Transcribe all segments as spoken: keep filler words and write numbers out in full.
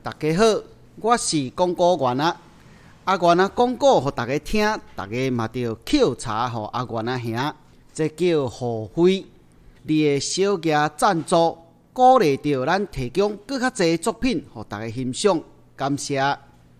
大家好，我是广告员啊。阿元啊，广告给大家听，大家嘛要抾茶给阿元啊兄，这叫互惠。你的小额赞助，鼓励着咱提供更较侪作品给大家欣赏，感谢。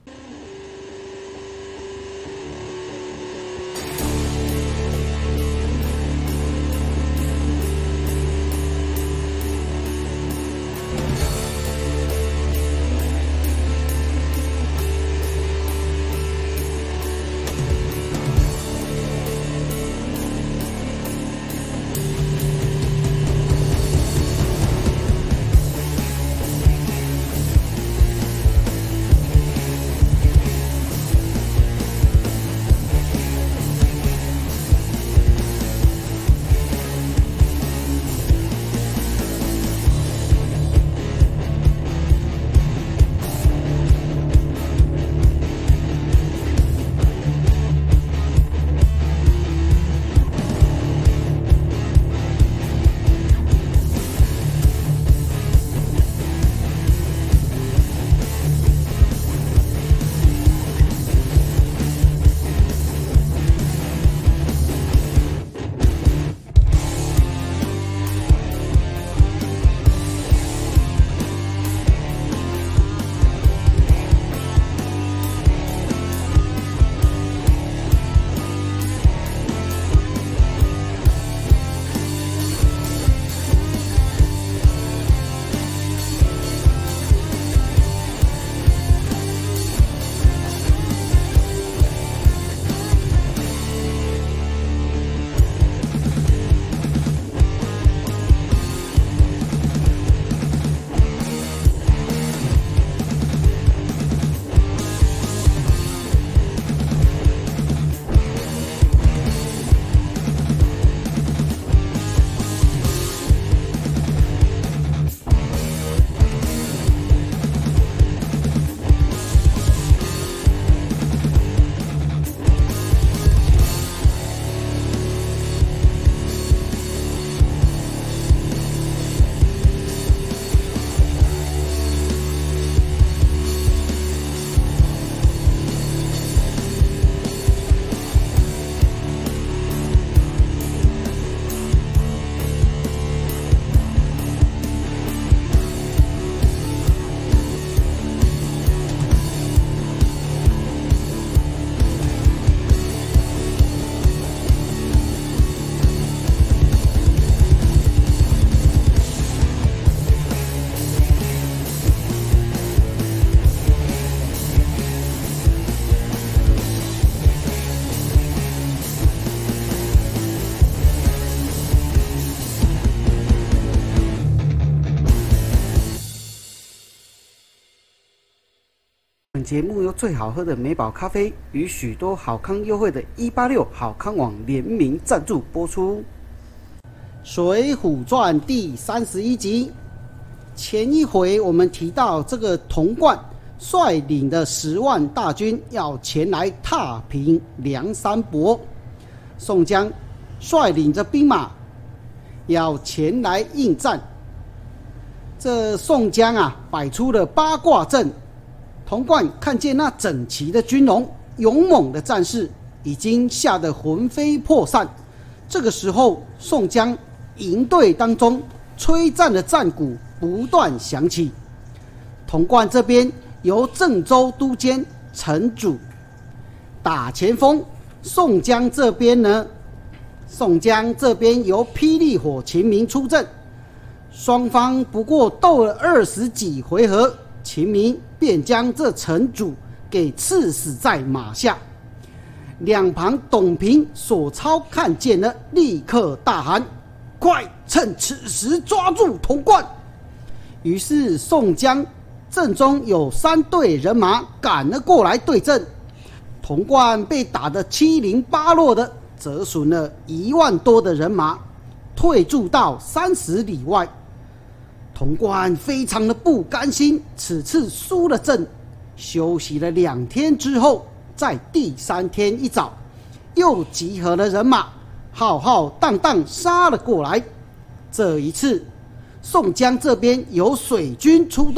本节目由最好喝的美宝咖啡与许多好康优惠的一八六好康网联名赞助播出。水浒传第三十一集，前一回我们提到这个童贯率领的十万大军要前来踏平梁山泊，宋江率领着兵马要前来应战。这宋江啊，摆出了八卦阵。童贯看见那整齐的军容、勇猛的战士，已经吓得魂飞魄散。这个时候，宋江营队当中吹战的战鼓不断响起。童贯这边由郑州都监陈祖打前锋，宋江这边呢，宋江这边由霹雳火秦明出阵。双方不过斗了二十几回合，秦明便将这陈祖给刺死在马下。两旁董平、索超看见了，立刻大喊：“快趁此时抓住童贯！”于是宋江阵中有三队人马赶了过来对阵。童贯被打得七零八落的，折损了一万多的人马，退驻到三十里外。童贯非常的不甘心，此次输了阵，休息了两天之后，在第三天一早，又集合了人马，浩浩荡荡杀了过来。这一次，宋江这边由水军出动，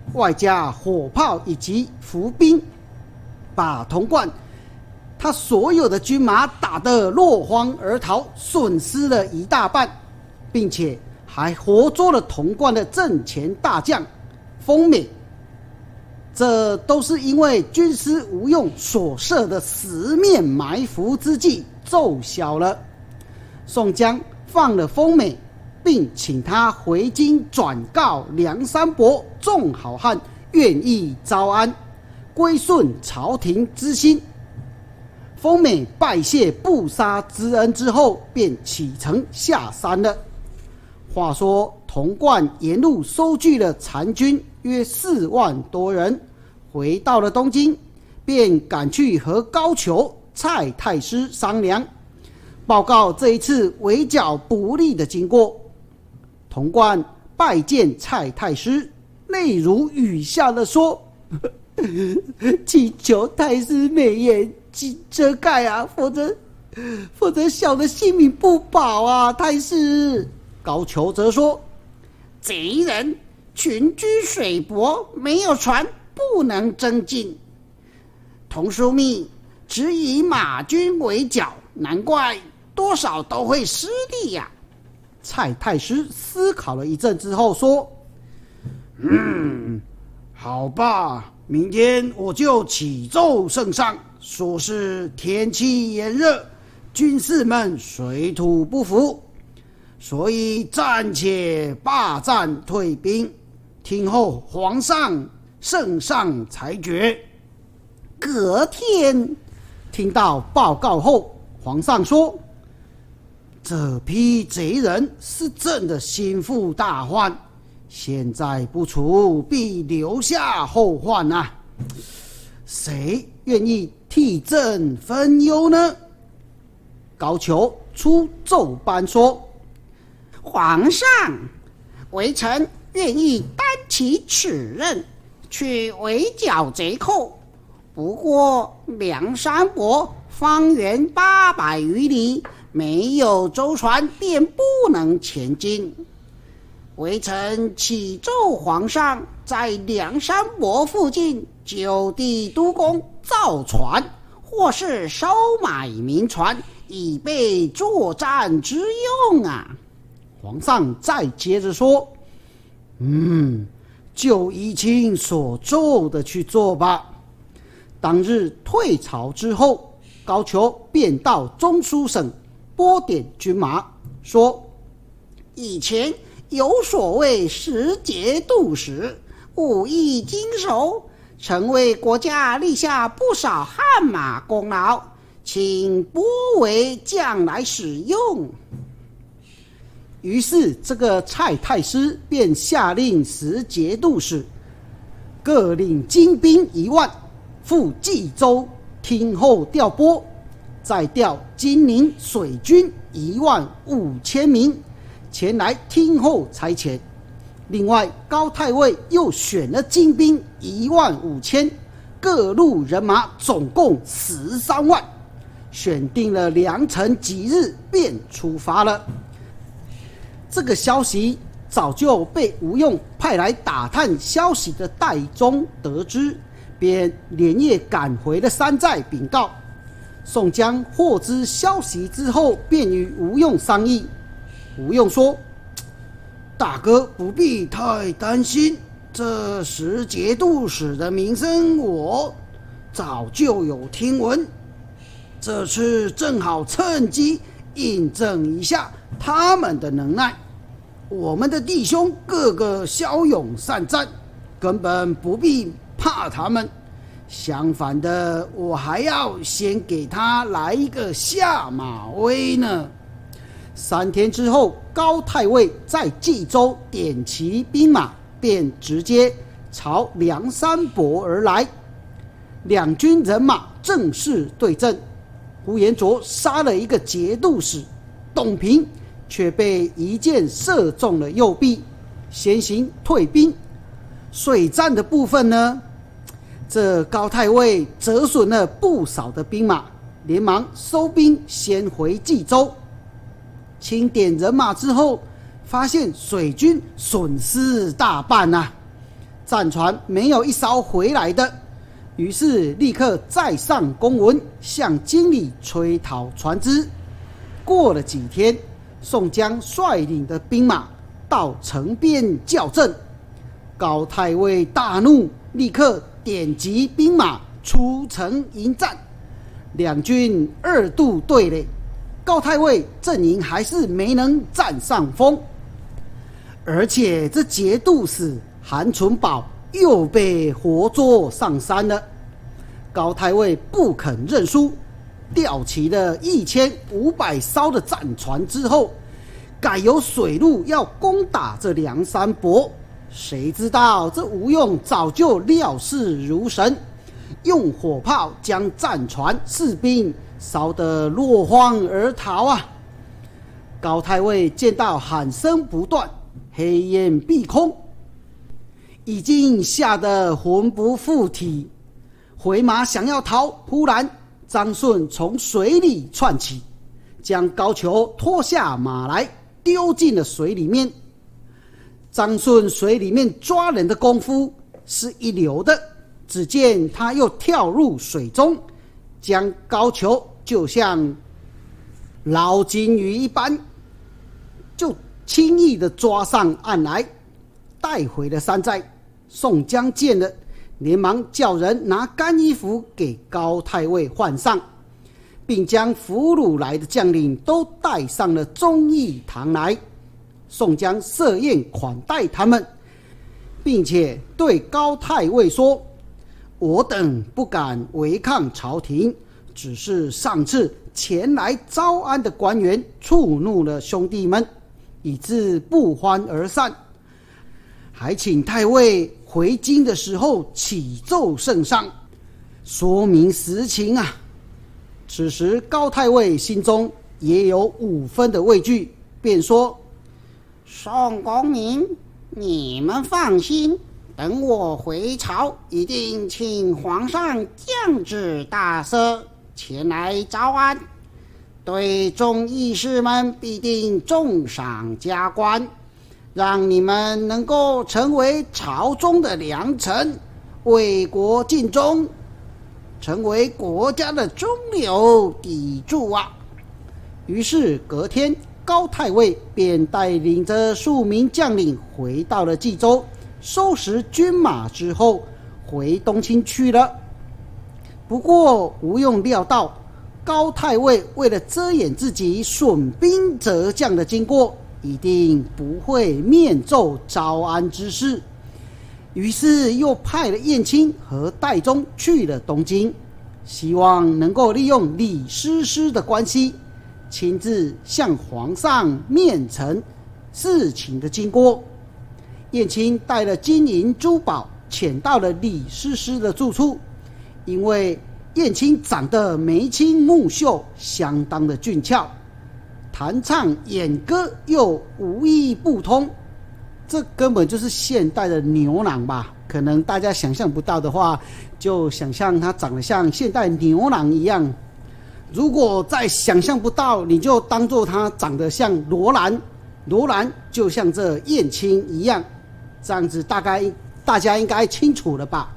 外加火炮以及伏兵，把童贯他所有的军马打得落荒而逃，损失了一大半，并且还活捉了童贯的阵前大将丰美。这都是因为军师吴用所设的十面埋伏之计奏效了。宋江放了丰美，并请他回京转告梁山伯众好汉愿意招安，归顺朝廷之心。丰美拜谢不杀之恩之后，便启程下山了。话说童贯沿路收聚了残军约四万多人，回到了东京，便赶去和高俅、蔡太师商量，报告这一次围剿不利的经过。童贯拜见蔡太师，泪如雨下的说：“祈求太师美言遮盖啊，否则否则小的性命不保啊，太师。”高俅则说：“贼人群居水泊，没有船，不能征进。童枢密只以马军围剿，难怪多少都会失利呀、啊。”蔡太师思考了一阵之后说：“嗯，好吧，明天我就启奏圣上，说是天气炎热，军士们水土不服，所以暂且罢战退兵，听候皇上圣上裁决。”隔天听到报告后，皇上说：“这批贼人是朕的心腹大患，现在不除，必留下后患啊！谁愿意替朕分忧呢？”高俅出奏颁说：“皇上，微臣愿意担起此任，去围剿贼寇。不过梁山伯方圆八百余里，没有舟船，便不能前进。微臣启奏皇上，在梁山伯附近就地督工造船，或是收买民船，以备作战之用啊。”皇上再接着说：“嗯，就依卿所奏的去做吧。”当日退朝之后，高俅便到中书省拨点军马，说：“以前有所谓十节度使，武艺精熟，曾为国家立下不少汗马功劳，请拨为将来使用。”于是这个蔡太师便下令十节度使各领精兵一万，赴冀州听候调拨，再调金陵水军一万五千名前来听候差遣。另外，高太尉又选了精兵一万五千，各路人马总共十三万，选定了良辰吉日，便出发了。这个消息早就被吴用派来打探消息的戴宗得知，便连夜赶回了山寨禀告。宋江获知消息之后，便与吴用商议。吴用说：“大哥不必太担心，这十节度使的名声我早就有听闻，这次正好趁机印证一下他们的能耐。我们的弟兄个个骁勇善战，根本不必怕他们。相反的，我还要先给他来一个下马威呢。”三天之后，高太尉在冀州点齐兵马，便直接朝梁山伯而来。两军人马正式对阵，呼延灼杀了一个节度使，董平却被一箭射中了右臂，先行退兵。水战的部分呢，这高太尉折损了不少的兵马，连忙收兵先回冀州。清点人马之后，发现水军损失大半啊！ 战船没有一艘回来的，于是立刻再上公文，向经理催讨船只。过了几天，宋江率领的兵马到城边校正，高太尉大怒，立刻点击兵马出城迎战。两军二度对垒，高太尉阵营还是没能占上风，而且这节度使韩存宝又被活捉上山了。高太尉不肯认输，调齐了一千五百艘的战船之后，改由水路要攻打这梁山泊。谁知道这吴用早就料事如神，用火炮将战船士兵烧得落荒而逃啊！高太尉见到喊声不断，黑烟蔽空，已经吓得魂不附体，回马想要逃，忽然张顺从水里窜起，将高俅拖下马来，丢进了水里面。张顺水里面抓人的功夫是一流的，只见他又跳入水中，将高俅就像捞金鱼一般，就轻易的抓上岸来，带回了山寨。宋江见了，连忙叫人拿干衣服给高太尉换上，并将俘虏来的将领都带上了忠义堂来。宋江设宴款待他们，并且对高太尉说：我等不敢违抗朝廷，只是上次前来招安的官员触怒了兄弟们，以致不欢而散，还请太尉回京的时候启奏圣上，说明实情啊。此时高太尉心中也有五分的畏惧，便说：宋公明，你们放心，等我回朝，一定请皇上降旨大赦，前来招安。对众义士们必定重赏加官，让你们能够成为朝中的良臣，为国尽忠，成为国家的中流砥柱啊！于是隔天，高太尉便带领着数名将领回到了冀州，收拾军马之后回东清去了。不过吴用料到高太尉为了遮掩自己损兵折将的经过，一定不会面奏招安之事，于是又派了燕青和戴宗去了东京，希望能够利用李师师的关系，亲自向皇上面陈事情的经过。燕青带了金银珠宝潜到了李师师的住处，因为燕青长得眉清目秀，相当的俊俏，弹唱演歌又无一不通，这根本就是现代的牛郎吧？可能大家想象不到的话，就想象他长得像现代牛郎一样。如果再想象不到，你就当作他长得像罗兰，罗兰就像这燕青一样，这样子大概大家应该清楚了吧？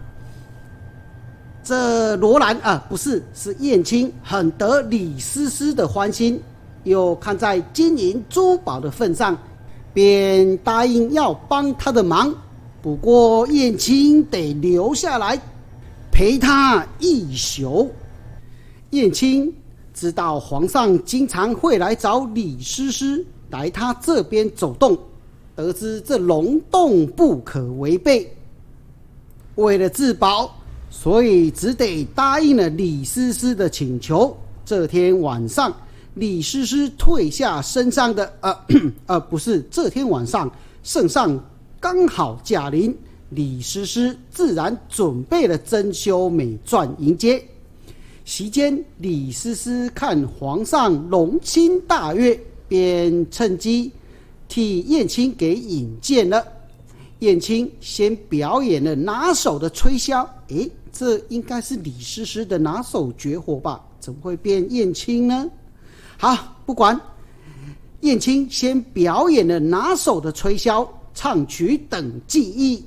这罗兰啊，不是，是燕青，很得李师师的欢心，又看在金银珠宝的份上，便答应要帮他的忙。不过燕青得留下来陪他一宿。燕青知道皇上经常会来找李师师来他这边走动，得知这龙洞不可违背，为了自保，所以只得答应了李师师的请求。这天晚上，李师师退下身上的呃呃不是，这天晚上圣上刚好驾临，李师师自然准备了珍馐美馔迎接。席间，李师师看皇上龙心大悦，便趁机替燕青给引荐了。燕青先表演了拿手的吹箫，诶，这应该是李师师的拿手绝活吧？怎么会变燕青呢？好，不管，燕青先表演了拿手的吹箫、唱曲等技艺，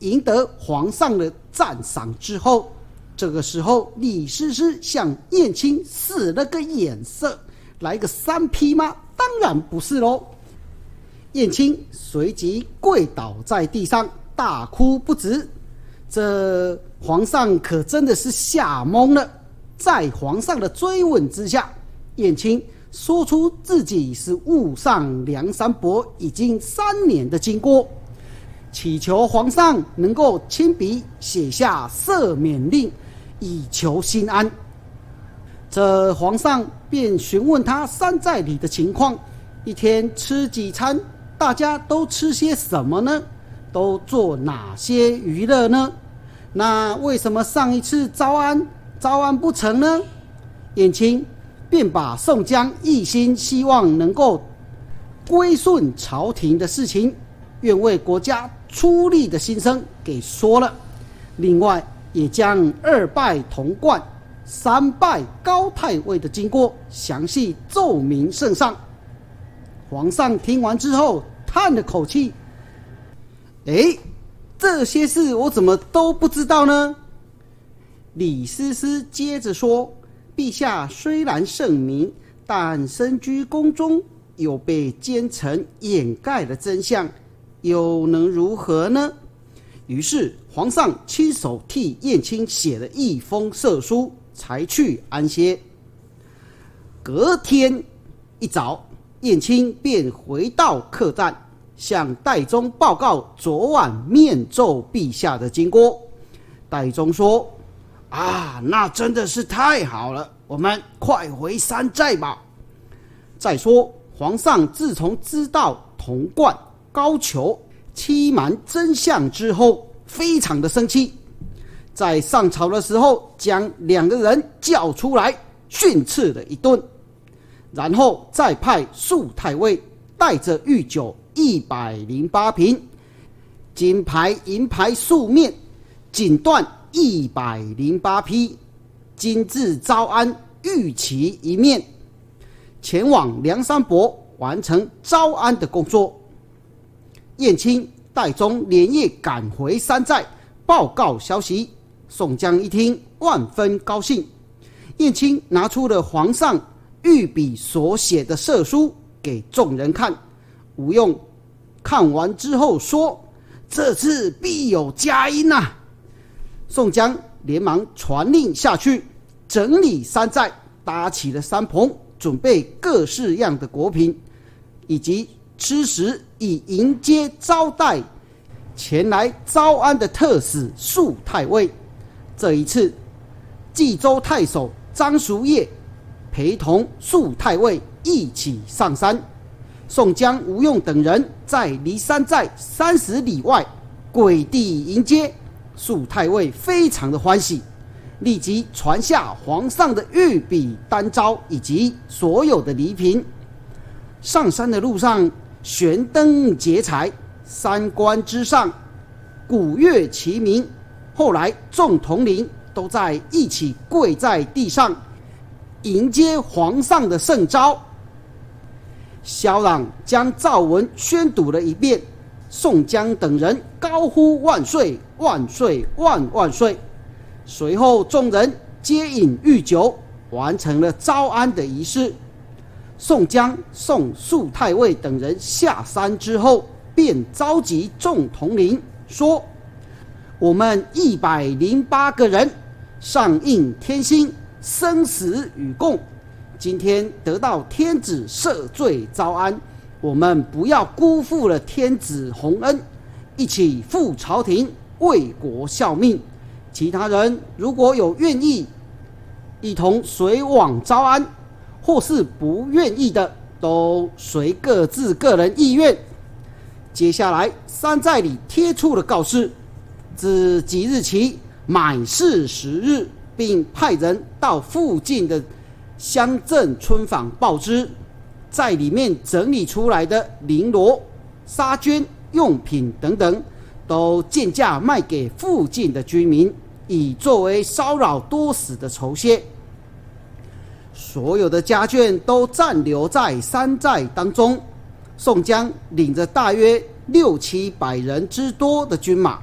赢得皇上的赞赏之后，这个时候李师师向燕青使了个眼色，来个三劈吗？当然不是喽。燕青随即跪倒在地上，大哭不止。这皇上可真的是吓懵了。在皇上的追问之下，燕青说出自己是误上梁山伯已经三年的经过，祈求皇上能够亲笔写下赦免令，以求心安。这皇上便询问他山寨里的情况，一天吃几餐，大家都吃些什么呢？都做哪些娱乐呢？那为什么上一次招安招安不成呢？燕青便把宋江一心希望能够归顺朝廷的事情，愿为国家出力的心声给说了。另外也将二拜童贯、三拜高太尉的经过详细奏明圣上。皇上听完之后叹了口气，诶，这些事我怎么都不知道呢？李师师接着说，陛下虽然圣明，但身居宫中，又被奸臣掩盖了真相，又能如何呢？于是皇上亲手替燕青写了一封赦书，才去安歇。隔天一早，燕青便回到客栈，向戴宗报告昨晚面奏陛下的经过。戴宗说：啊，那真的是太好了，我们快回山寨吧。再说皇上自从知道童贯、高俅欺瞒真相之后，非常的生气，在上朝的时候将两个人叫出来训斥了一顿，然后再派宿太尉带着御酒一百零八瓶，金牌银牌数面，锦缎一百零八匹，金制招安玉旗一面，前往梁山伯完成招安的工作。燕青、戴宗连夜赶回山寨报告消息，宋江一听万分高兴。燕青拿出了皇上御笔所写的赦书给众人看，吴用看完之后说：这次必有佳音啊！宋江连忙传令下去，整理山寨，搭起了山棚，准备各式样的果品以及吃食，以迎接招待前来招安的特使宿太尉。这一次，冀州太守张叔夜陪同宿太尉一起上山，宋江、吴用等人在离山寨三十里外跪地迎接。宿太尉非常的欢喜，立即传下皇上的御笔单招以及所有的礼品。上山的路上，悬灯结彩，三关之上鼓乐齐鸣。后来众统领都在一起跪在地上迎接皇上的圣召。萧朗将诏文宣读了一遍，宋江等人高呼万岁万岁万万岁。随后众人接饮御酒，完成了招安的仪式。宋江送宿太尉等人下山之后，便召集众统领说：我们一百零八个人上应天心，生死与共，今天得到天子赦罪招安，我们不要辜负了天子洪恩，一起赴朝廷为国效命。其他人如果有愿意一同随往招安，或是不愿意的，都随各自个人意愿。接下来山寨里贴出了告示，自即日起满四十日，并派人到附近的乡镇村坊报知，在里面整理出来的绫罗、纱绢、用品等等，都贱价卖给附近的居民，以作为骚扰多时的酬谢。所有的家眷都暂留在山寨当中。宋江领着大约六七百人之多的军马，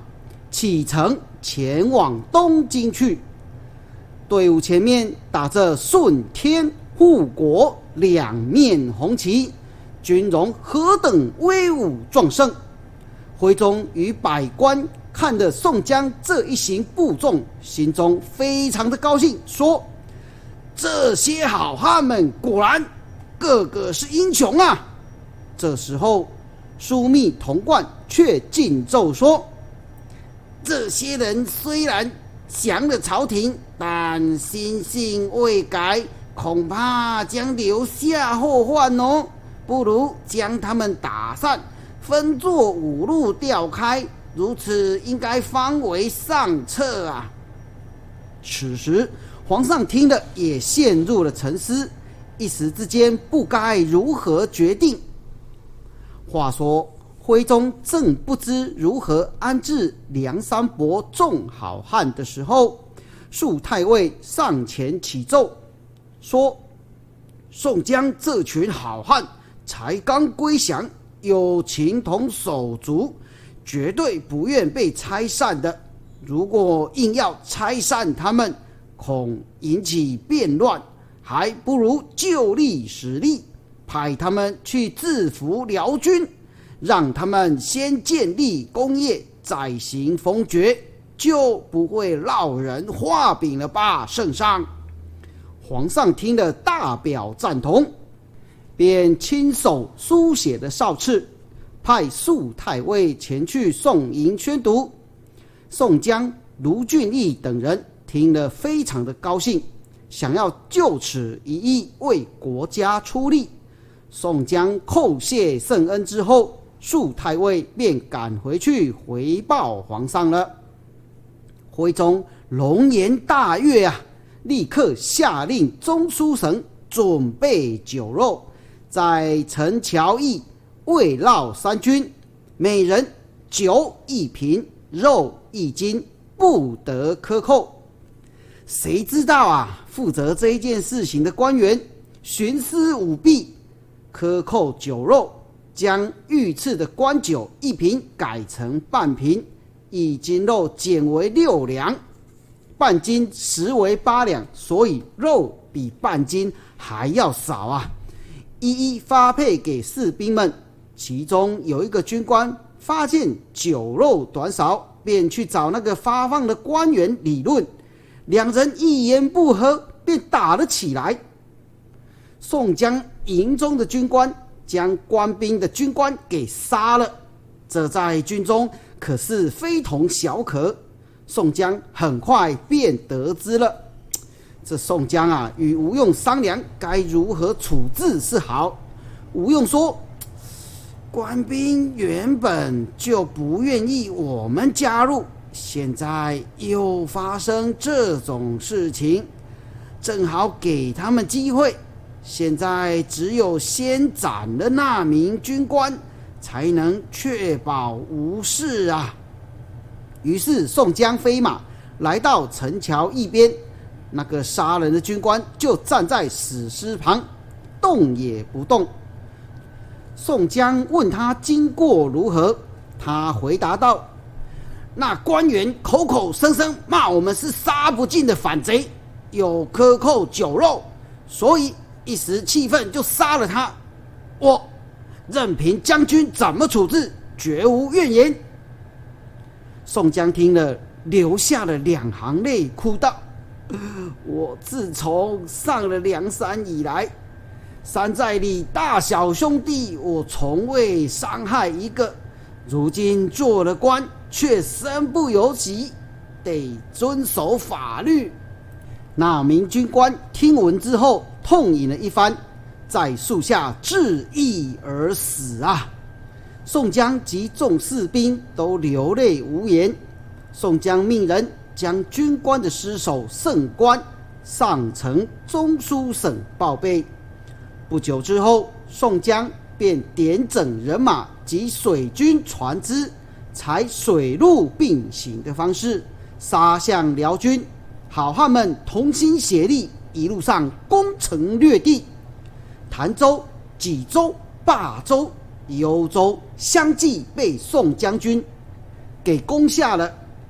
启程前往东京去。队伍前面打着顺天护国两面红旗，军容何等威武壮盛！徽宗与百官看着宋江这一行部众，心中非常的高兴，说：“这些好汉们果然个个是英雄啊！”这时候，枢密童贯却进奏说：“这些人虽然降了朝廷，但心性未改，恐怕将留下后患哦。不如将他们打散，分作五路调开，如此应该方为上策啊。”此时，皇上听了也陷入了沉思，一时之间不该如何决定。话说，徽宗正不知如何安置梁山伯众好汉的时候，肃太尉上前启奏说：“宋江这群好汉才刚归降，有情同手足，绝对不愿被拆散的。如果硬要拆散他们，恐引起变乱，还不如就力使力，派他们去制服辽军，让他们先建立功业，再行封爵，就不会落人画饼了吧，圣上？”皇上听了大表赞同，便亲手书写的诏敕，派肃太尉前去送迎宣读。宋江、卢俊义等人听了非常的高兴，想要就此一役为国家出力。宋江叩谢圣恩之后，肃太尉便赶回去回报皇上了。徽宗龙颜大悦啊，立刻下令中书省准备酒肉，在陈桥驿慰劳三军，每人酒一瓶，肉一斤，不得克扣。谁知道啊，负责这一件事情的官员徇私舞弊，克扣酒肉，将御赐的官酒一瓶改成半瓶，一斤肉减为六两，半斤实为八两，所以肉比半斤还要少啊！一一发配给士兵们。其中有一个军官发现酒肉短少，便去找那个发放的官员理论，两人一言不合便打了起来。宋江营中的军官将官兵的军官给杀了，这在军中可是非同小可。宋江很快便得知了。这宋江啊，与吴用商量该如何处置是好。吴用说：“官兵原本就不愿意我们加入，现在又发生这种事情，正好给他们机会。现在只有先斩了那名军官，才能确保无事啊。”于是宋江飞马来到陈桥驿边，那个杀人的军官就站在死尸旁，动也不动。宋江问他经过如何，他回答道：“那官员口口声声骂我们是杀不尽的反贼，又克扣酒肉，所以一时气愤就杀了他。我任凭将军怎么处置，绝无怨言。”宋江听了，流下了两行泪，哭道：“我自从上了梁山以来，山寨里大小兄弟我从未伤害一个，如今做了官，却身不由己，得遵守法律。”那名军官听闻之后，痛饮了一番，在树下自缢而死啊！宋江及众士兵都流泪无言。宋江命人将军官的尸首圣官上呈中书省报备。不久之后，宋江便点整人马及水军船只，采水陆并行的方式杀向辽军。好汉们同心协力，一路上攻城略地，潭州、济州、霸州、幽州相继被宋将军给攻下了。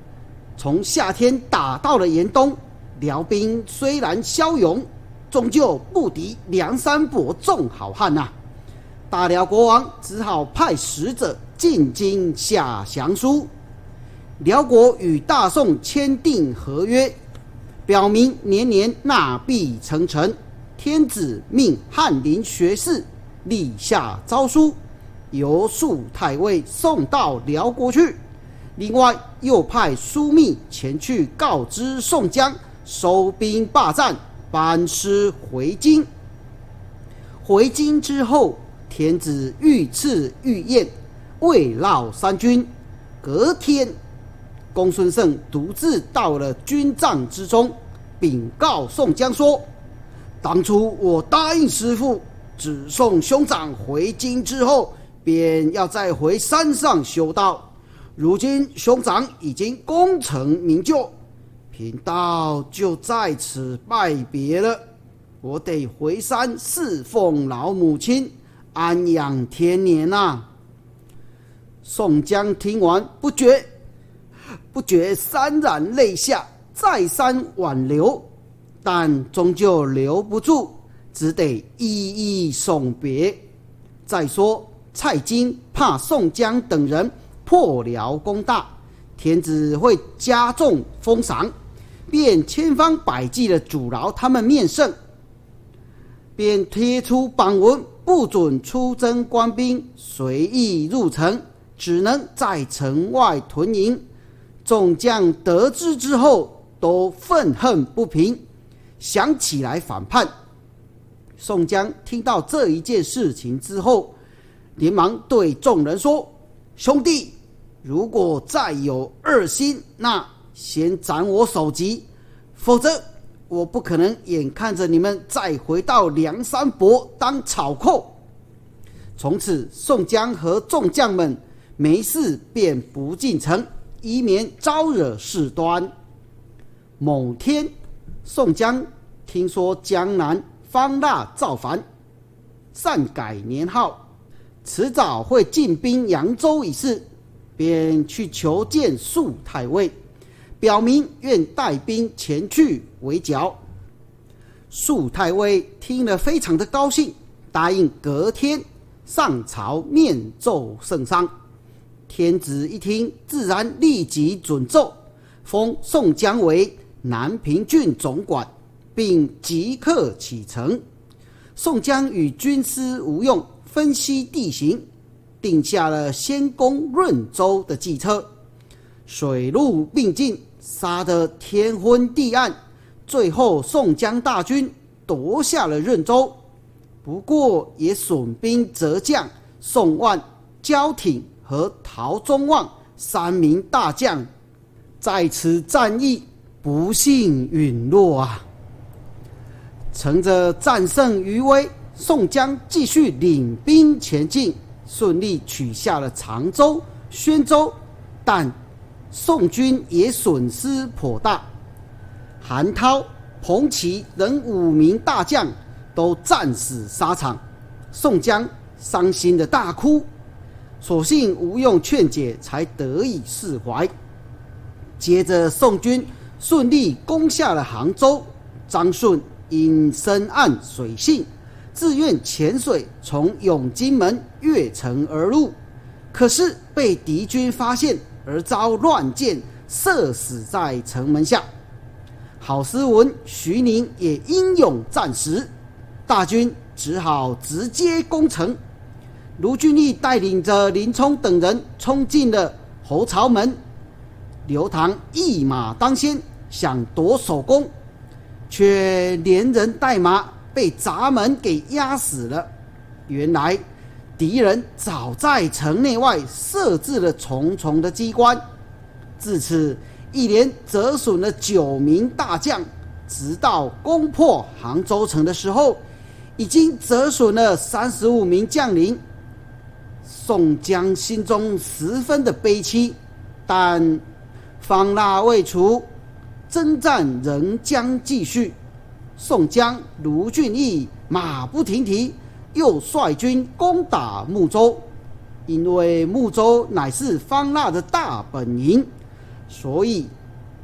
从夏天打到了严冬，辽兵虽然骁勇，终究不敌梁山伯众好汉呐、啊。大辽国王只好派使者进京下降书。辽国与大宋签订合约，表明年年纳币称臣。天子命翰林学士立下诏书，由肃太尉送到辽国去。另外，又派枢密前去告知宋江收兵罢战，班师回京。回京之后，天子御赐御宴，慰劳三军。隔天，公孙胜独自到了军帐之中，禀告宋江说：“当初我答应师父，只送兄长回京之后，便要再回山上修道。如今兄长已经功成名就，贫道就在此拜别了。我得回山侍奉老母亲，安养天年啊！”宋江听完，不觉不觉潸然泪下，再三挽留，但终究留不住，只得一一送别。再说蔡京怕宋江等人破辽攻大，天子会加重封赏，便千方百计的阻挠他们面圣，便贴出榜文，不准出征官兵随意入城，只能在城外屯营。众将得知之后，都愤恨不平，想起来反叛。宋江听到这一件事情之后，连忙对众人说：“兄弟，如果再有二心，那先斩我首级，否则我不可能眼看着你们再回到梁山伯当草寇。”从此，宋江和众将们没事便不进城，以免招惹事端。某天，宋江听说江南方腊造反，擅改年号，迟早会进兵扬州一事，便去求见肃太尉，表明愿带兵前去围剿。肃太尉听了非常的高兴，答应隔天上朝面奏圣上。天子一听，自然立即准奏，封宋江为南平郡总管，并即刻启程。宋江与军师吴用分析地形，定下了先攻润州的计策。水陆并进，杀得天昏地暗，最后宋江大军夺下了润州，不过也损兵折将宋万、焦挺和陶宗旺三名大将，在此战役不幸陨落啊！乘着战胜余威，宋江继续领兵前进，顺利取下了常州、宣州，但宋军也损失颇大。韩涛、彭祺等五名大将都战死沙场，宋江伤心的大哭。所幸吴用劝解，才得以释怀。接着，宋军顺利攻下了杭州。张顺因深谙水性，自愿潜水从永金门越城而入，可是被敌军发现，而遭乱箭射死在城门下。郝思文、徐宁也英勇战死，大军只好直接攻城。卢俊义带领着林冲等人冲进了侯朝门，刘唐一马当先，想夺首功，却连人带马被闸门给压死了。原来敌人早在城内外设置了重重的机关，自此一连折损了九名大将，直到攻破杭州城的时候，已经折损了三十五名将领。宋江心中十分的悲戚，但方腊未除，征战仍将继续。宋江、卢俊义马不停蹄，又率军攻打睦州。因为睦州乃是方腊的大本营，所以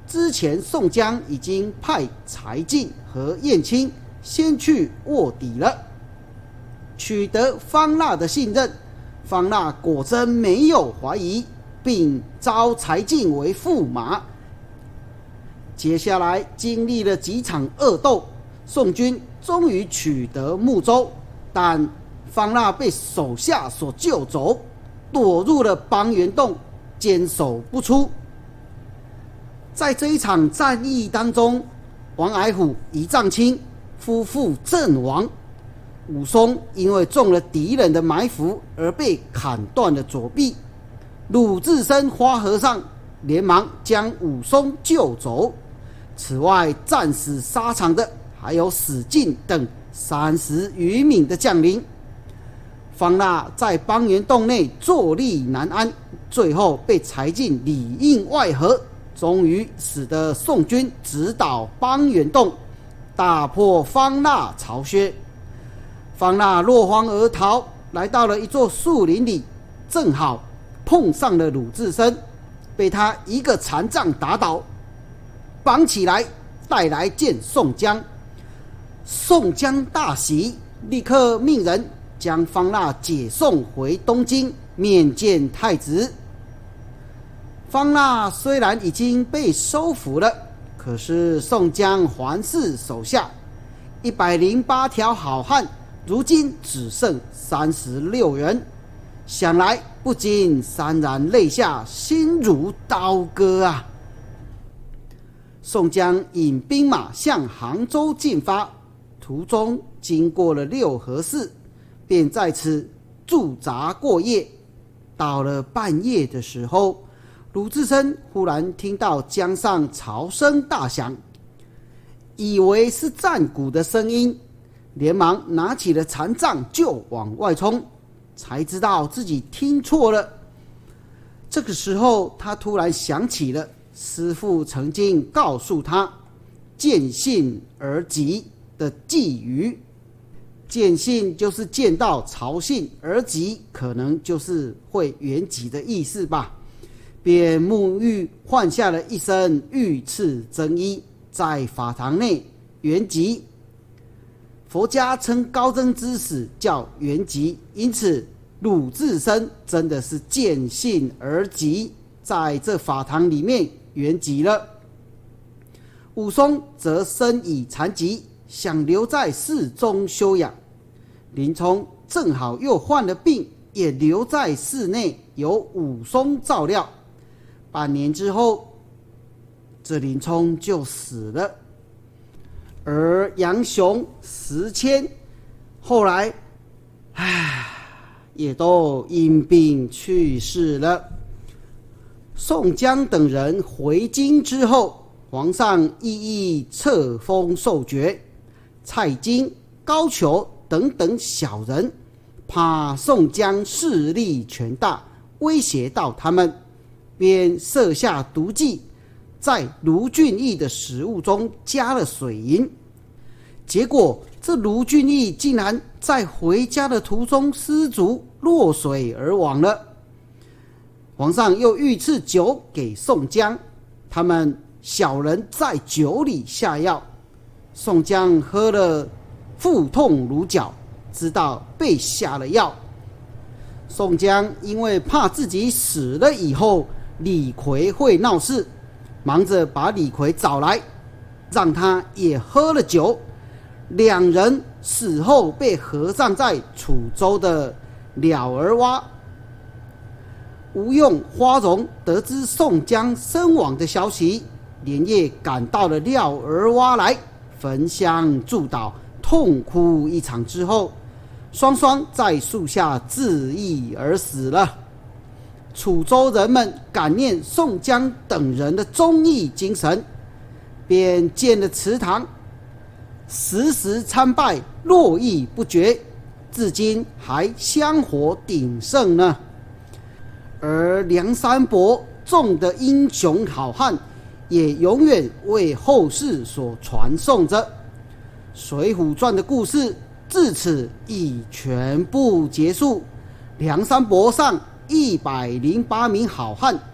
之前宋江已经派柴进和燕青先去卧底了，取得方腊的信任。方腊果真没有怀疑，并招柴进为驸马。接下来经历了几场恶斗，宋军终于取得睦州，但方腊被手下所救走，躲入了邦元洞，坚守不出。在这一场战役当中，王矮虎、一丈青夫妇阵亡，武松因为中了敌人的埋伏而被砍断了左臂。鲁智深花和尚连忙将武松救走。此外，战死沙场的还有史进等三十余名的将领。方腊在邦元洞内坐立难安，最后被柴进里应外合，终于使得宋军直捣邦元洞，打破方腊巢穴。方腊落荒而逃，来到了一座树林里，正好碰上了鲁智深，被他一个禅杖打倒，绑起来带来见宋江。宋江大喜，立刻命人将方腊解送回东京面见太子。方腊虽然已经被收服了，可是宋江环视手下一百零八条好汉，如今只剩三十六人，想来不禁潸然泪下，心如刀割啊！宋江引兵马向杭州进发，途中经过了六合寺，便在此驻扎过夜。到了半夜的时候，鲁智深忽然听到江上潮声大响，以为是战鼓的声音，连忙拿起了禅杖就往外冲，才知道自己听错了。这个时候，他突然想起了师父曾经告诉他见信而急的寄语，见信就是见到曹信，而急可能就是会圆寂的意思吧。便沐浴换下了一身御赐真衣，在法堂内圆寂。佛家称高僧之死叫圆寂，因此鲁智深真的是见信而急，在这法堂里面圆寂了。武松则身已残疾，想留在寺中休养。林冲正好又患了病，也留在寺内由武松照料。半年之后，这林冲就死了。而杨雄、石阡后来唉也都因病去世了。宋江等人回京之后，皇上一一册封授爵，蔡京、高俅等等小人怕宋江势力权大，威胁到他们，便设下毒计，在卢俊义的食物中加了水银。结果这卢俊义竟然在回家的途中失足落水而亡了。皇上又御赐酒给宋江，他们小人在酒里下药，宋江喝了腹痛如绞，知道被下了药。宋江因为怕自己死了以后李逵会闹事，忙着把李逵找来，让他也喝了酒。两人死后被合葬在楚州的了儿洼。吴用、花荣得知宋江身亡的消息，连夜赶到了了儿洼来，焚香祝祷，痛哭一场之后，双双在树下自缢而死了。楚州人们感念宋江等人的忠义精神，便建了祠堂，时时参拜，络绎不绝，至今还香火鼎盛呢。而梁山伯众的英雄好汉，也永远为后世所传颂着。水浒传的故事至此已全部结束。梁山伯上一百零八名好汉，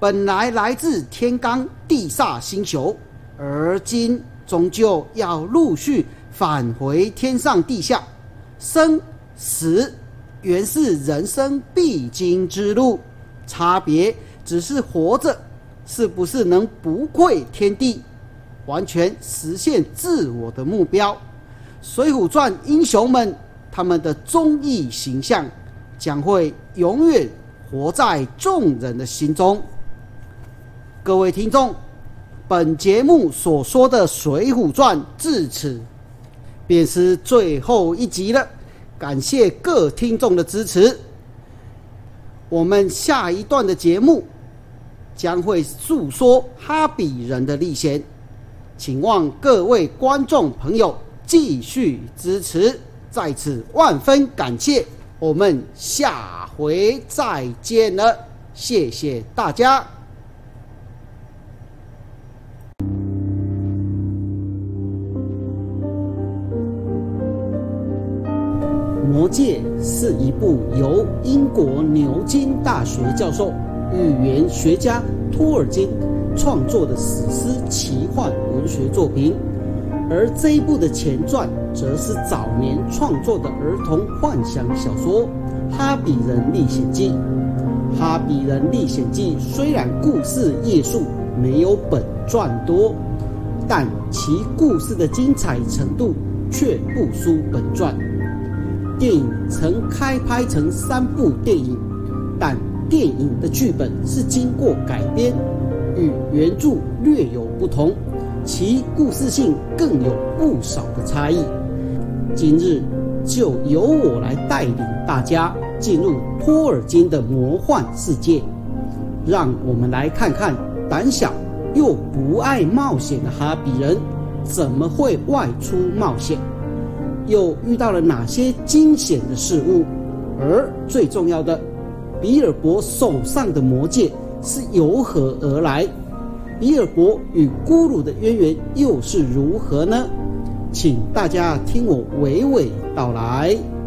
本来来自天罡地煞星球，而今终究要陆续返回天上地下。生死原是人生必经之路，差别只是活着是不是能不愧天地，完全实现自我的目标。水浒传英雄们，他们的忠义形象将会永远活在众人的心中。各位听众，本节目所说的水浒传至此便是最后一集了，感谢各听众的支持。我们下一段的节目将会诉说哈比人的历险，请望各位观众朋友继续支持，在此万分感谢。我们下回再见了，谢谢大家。魔戒是一部由英国牛津大学教授、语言学家托尔金创作的史诗奇幻文学作品，而这一部的前传则是早年创作的儿童幻想小说《哈比人历险记》。《哈比人历险记》虽然故事页数没有本传多，但其故事的精彩程度却不输本传。电影曾开拍成三部电影，但电影的剧本是经过改编，与原著略有不同，其故事性更有不少的差异。今日就由我来带领大家进入托尔金的魔幻世界，让我们来看看胆小又不爱冒险的哈比人怎么会外出冒险，又遇到了哪些惊险的事物，而最重要的，比尔博手上的魔戒是由何而来？比尔博与咕噜的渊源又是如何呢？请大家听我娓娓道来。